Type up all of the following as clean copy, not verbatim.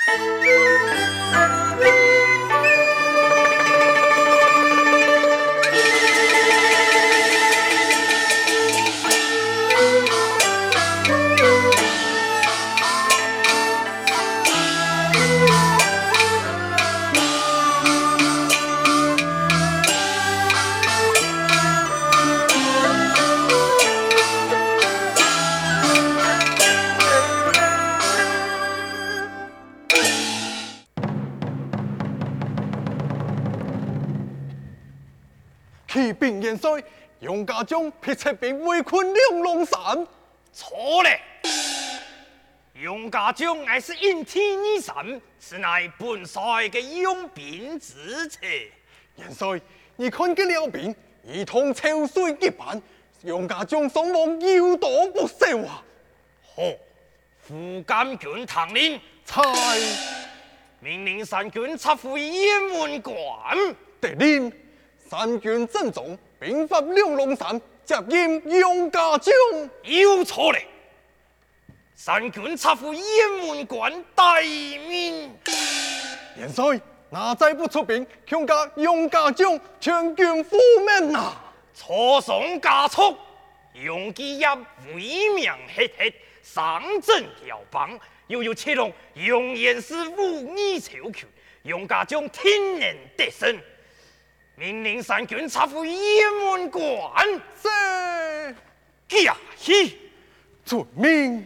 启禀元帅，杨家将劈赤兵围困两龙山。 错嘞！杨家将乃是应天而神，是乃本帅的用兵之策。 元帅，你看见了兵，一同抽水结伴，杨家将伤亡有多不少啊！ 好，副监军唐令猜命令三军插回雁门关。 得令。三军阵中，兵发两龙山，接应杨家将。 有错嘞！三军插回雁门关，待命。 元帅，那再不出兵，恐怕杨家将全军覆灭呐！ 错送加速，杨基业威名赫赫，上阵摇棒，又有七龙杨延师武艺超群，杨家将天然得胜。命令三军插回雁门关。 是。 呀嘿， 遵命。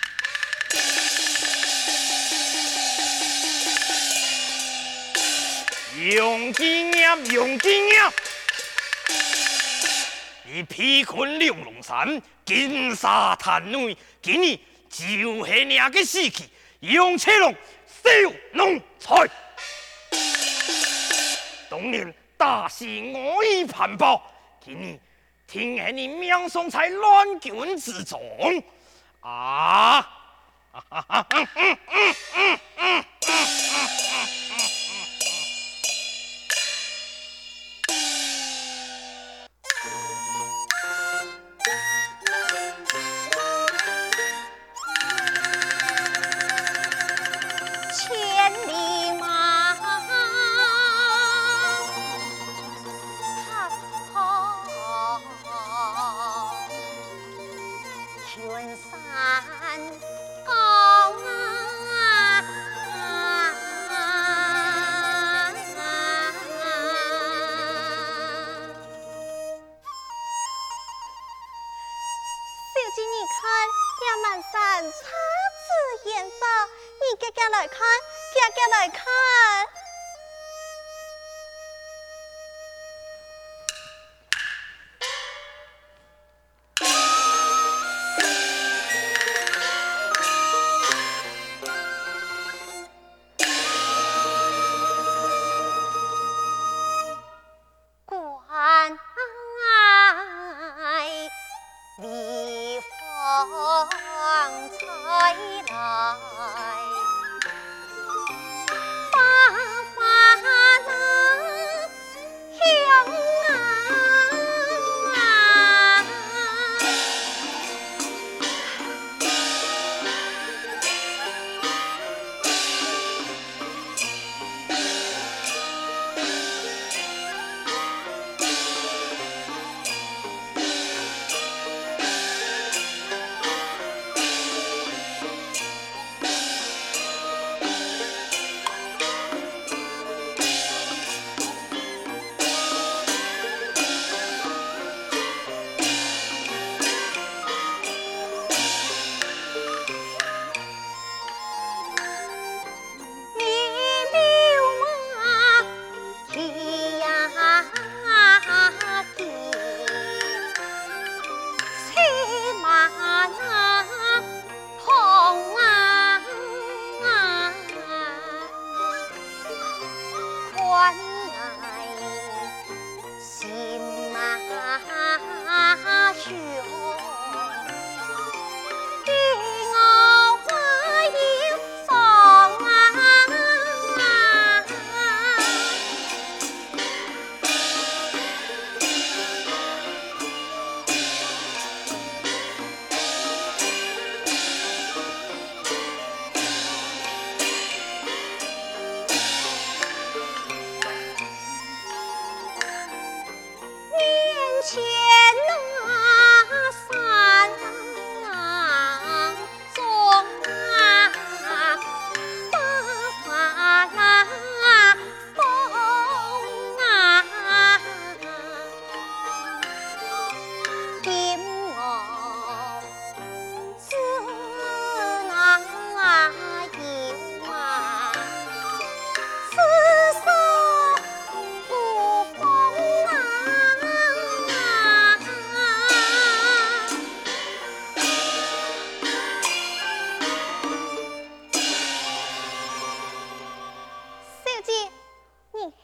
杨经验，杨经验，你披困两龙山，金沙滩内，今日就是那个时期，杨七龙小龙才。当年大肆恶意盘暴，今日听见你命丧在乱军之中，啊！ 来看，关爱离芳才来。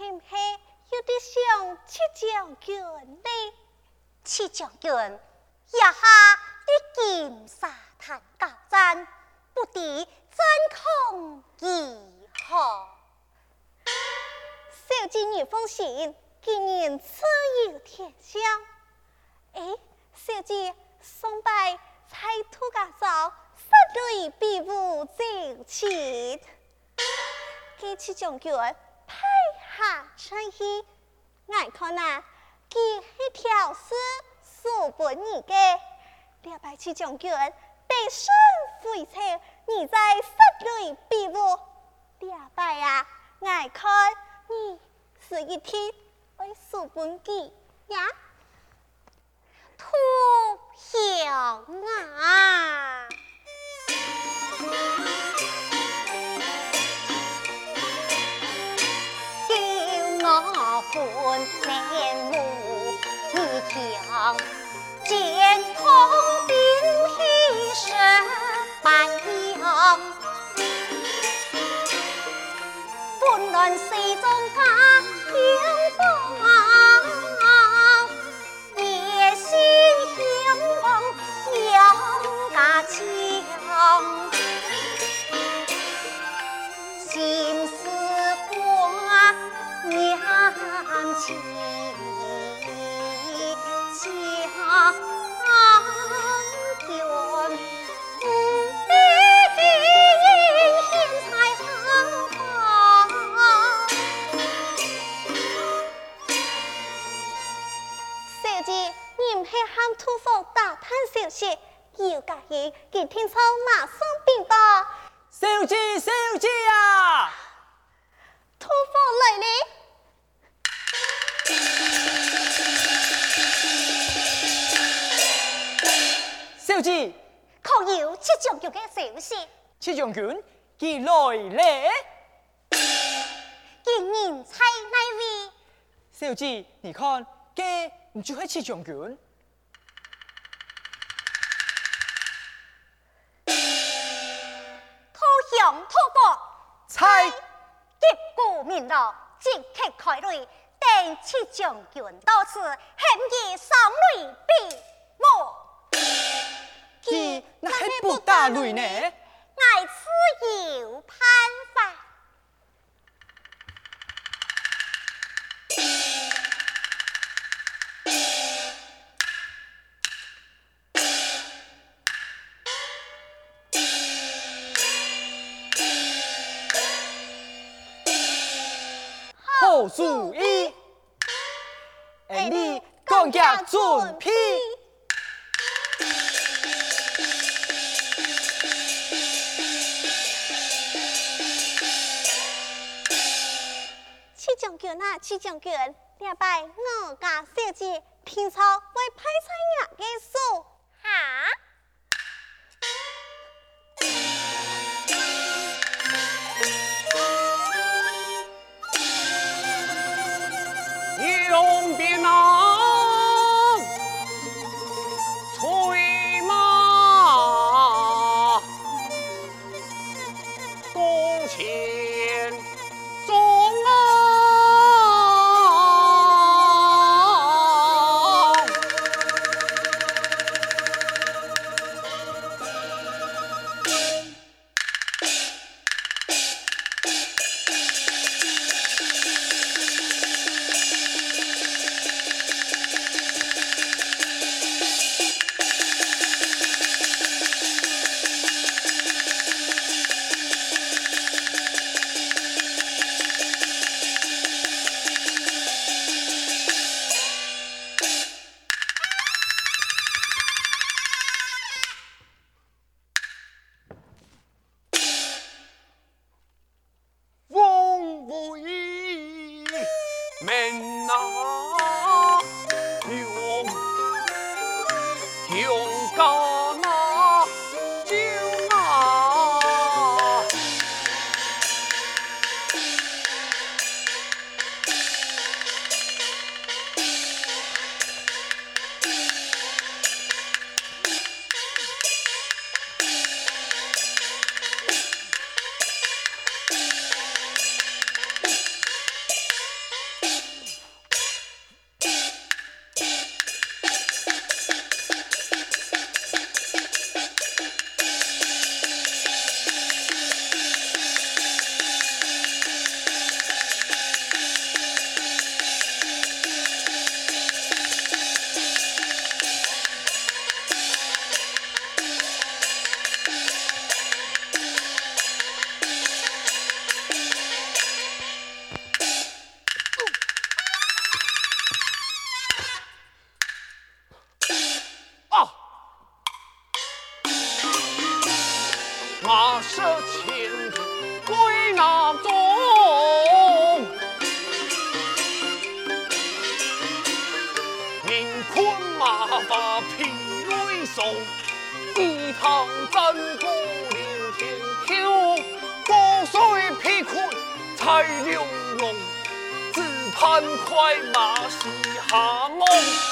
是不是有点像七将军呢？七将军，也下的金沙滩交战，不敌战况如何？小姐你放心，今年自有天相。哎，小姐送拜在土家嫂，杀对比武走起。这七将军派下春熙，我看啊，他是条丝数本你嘅。两百七将军得胜回朝，你在杀对比武。两百啊，我看你是一天为数本记呀。土响啊！叫我本面目一条，见空兵器十般样，混乱水中家有光。强，心思挂念起家眷，毕竟现在很好。小姐，你唔系喊土匪打探消息？要介意，见听操马上禀报。 小姐，小姐啊！ 土匪来了。 小姐， 可有七将军的消息？ 七将军，佢來咧？ 见人猜哪位？ 小姐，你看，佢唔就係七將軍？ 向吐蕃， 猜结果明了，即刻开擂，等七将军到此，恨意上擂比武。 佢那係不打擂呢？ 我自有办法。 好主意，你講嘅準批。 七将军啊，七将军，两拜我家小姐听操为派菜伢嘅数哈。 用鞭啊，催马，弓前中啊，门啊，用干那酒啊， 赶快马西下梦。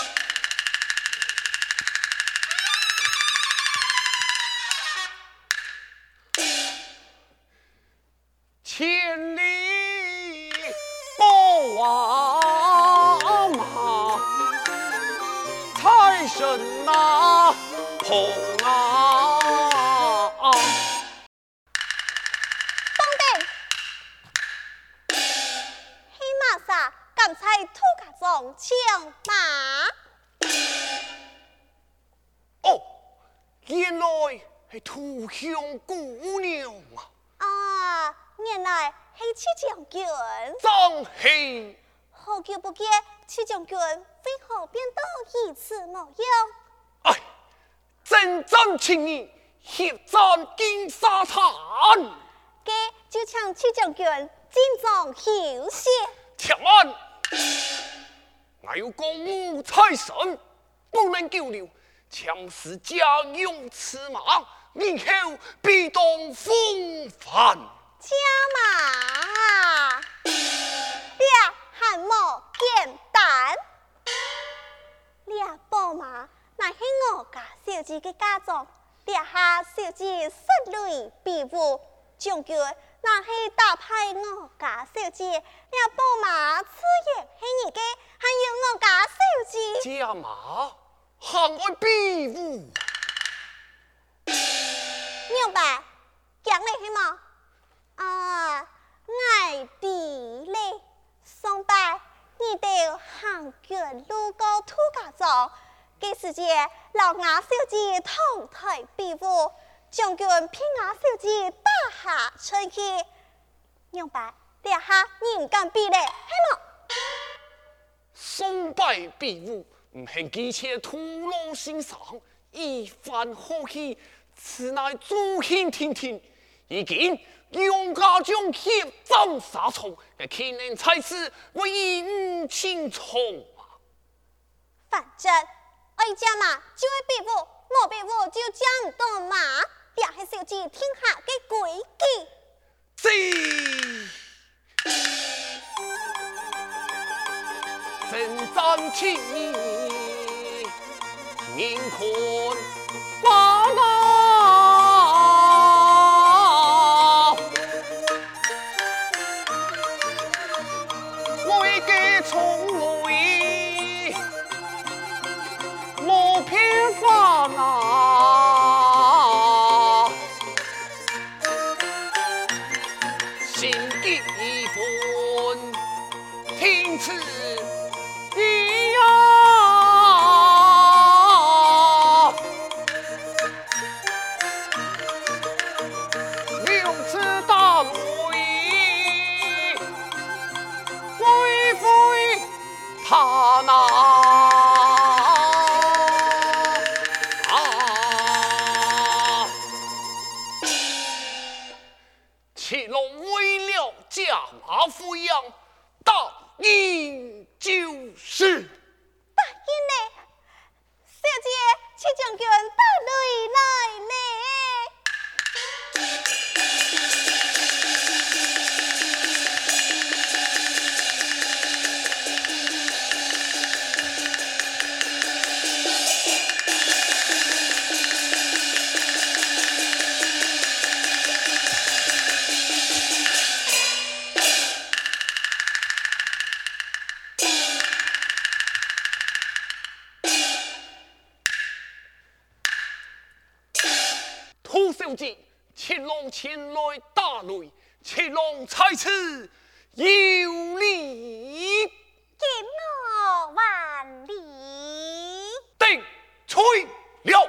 千里波王马，财神啊，捧啊！ 刚才土家中抢马， 哦，原来是土乡姑娘啊！ 啊，原来是七将军。 张喜， 好久不见，七将军为何变得如此模样？ 哎，征战情谊，血战金沙滩。 给就请七将军进帐休息。 且慢，我有公务财神，不能久留，强使家用此马，以后必当风范。 加马，俩汉莫简单，俩宝马乃是我家小姐的家中，俩下小姐失雷比武，将军那是打败我家小姐，俩宝马此言是你的，还有我家小姐。 加马，行爱比武。 明白，讲的是么？啊，爱地嘞，崇拜你到行远路过土家庄，给时间老雅小姐同台比武，将军骗雅小姐打下春去。明白，这下你唔敢比嘞，系么？ 崇拜比武，唔系几切土老欣赏，一番好戏，此乃诸天听听，已经。杨家将协战杀虫，今年才是唯一青虫啊！ 反正爱家嘛就会比武，莫比武就讲唔到嘛，也是小姐天下的规矩。 征战情谊，宁看花从未莫偏发啊，心急一分，听此一呀，六次大雷。他那祁龙为了加马抚养，答应就是。 答应嘞，小姐，七将军打雷来嘞。 小姐，青龙前来打雷，青龙在此有礼， 敬我万里。 定吹了。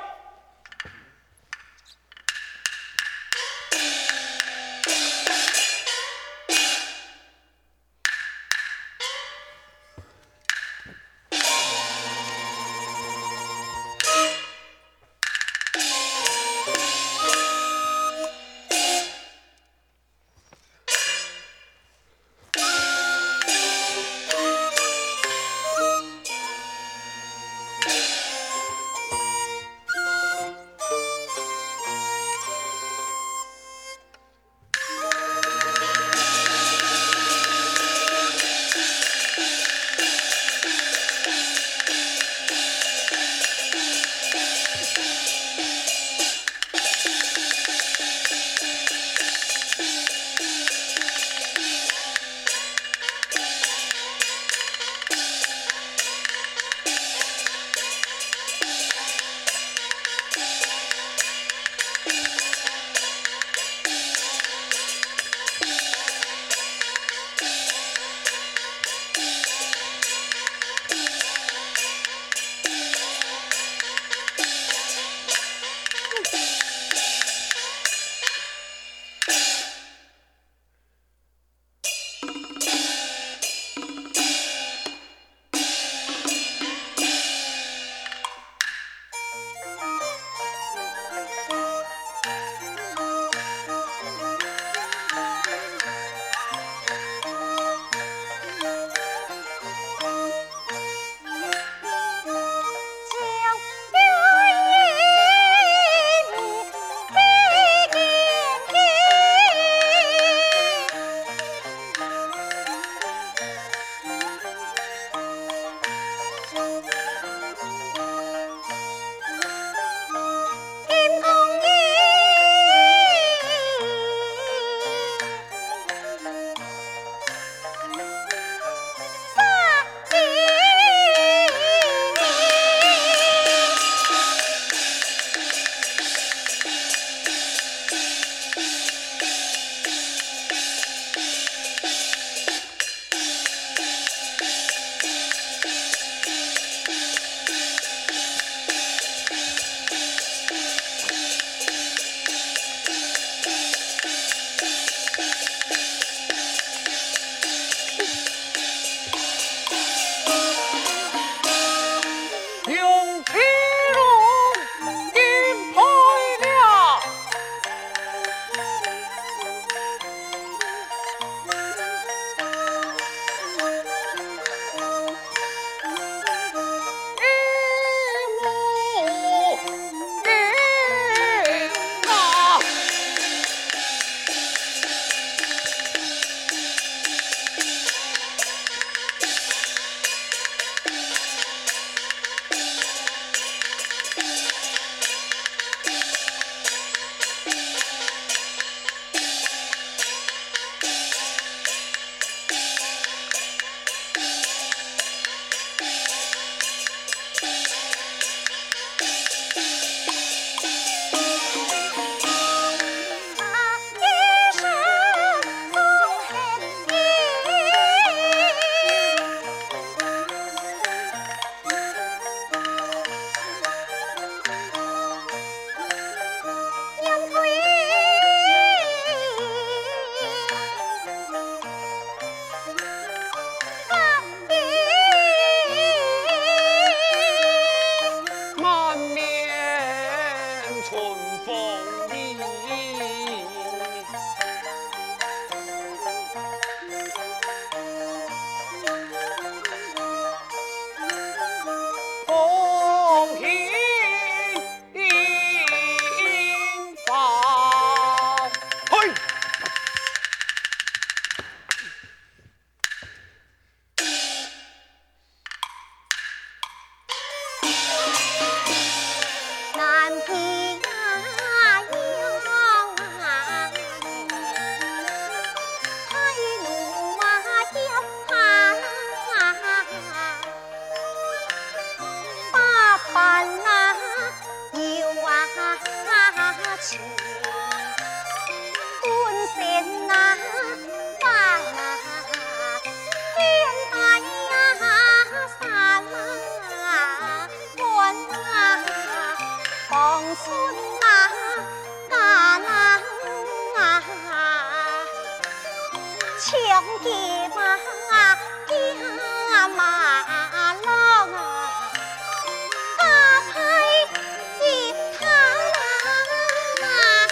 穷吉马呀马龙啊，大派一场啊。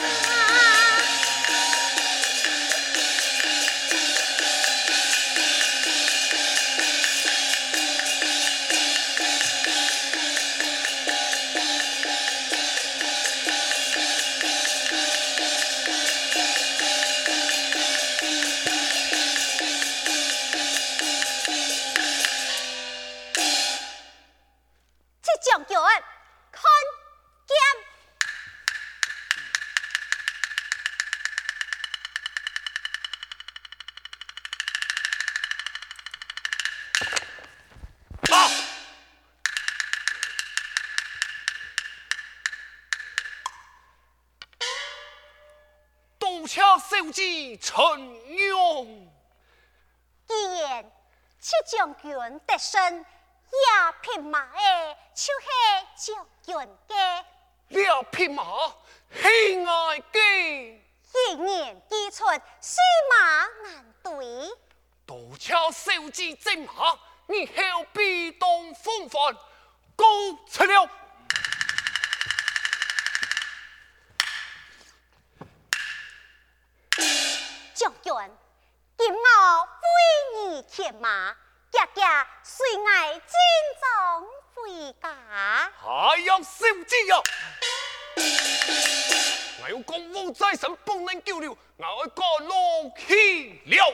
将军，看剑！ 啊！多恰小姐陈勇， 既然七将军得胜，也匹马的就是将军的。 俩匹马喜爱的， 一言既出，虽马难对。 多恰小姐这马，你后必当风范，告辞了。 将军，今我为你牵马，家家随我进城回家。 还要小姐呀！我有公务在身，不能久留，我要赶路去了。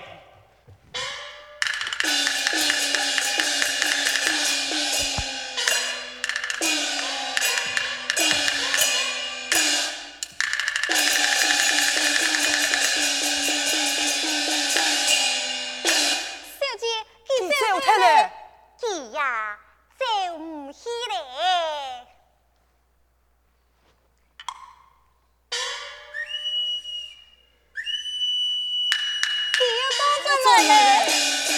佢呀，走唔起咧。佢要多出来咧。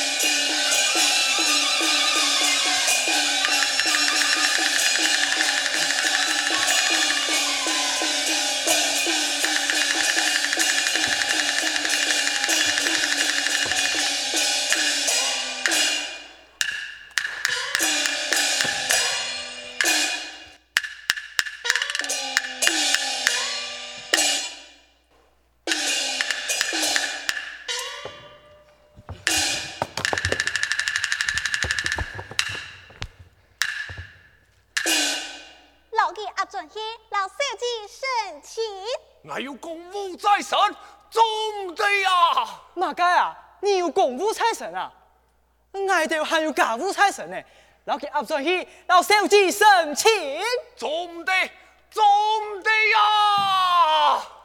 老小姐生气， 我有公务在身，做唔得呀！ 马街啊，你有公务在身啊？我哋还有家务在身呢，老佢压上去，老小姐生气， 做唔得，做唔得呀！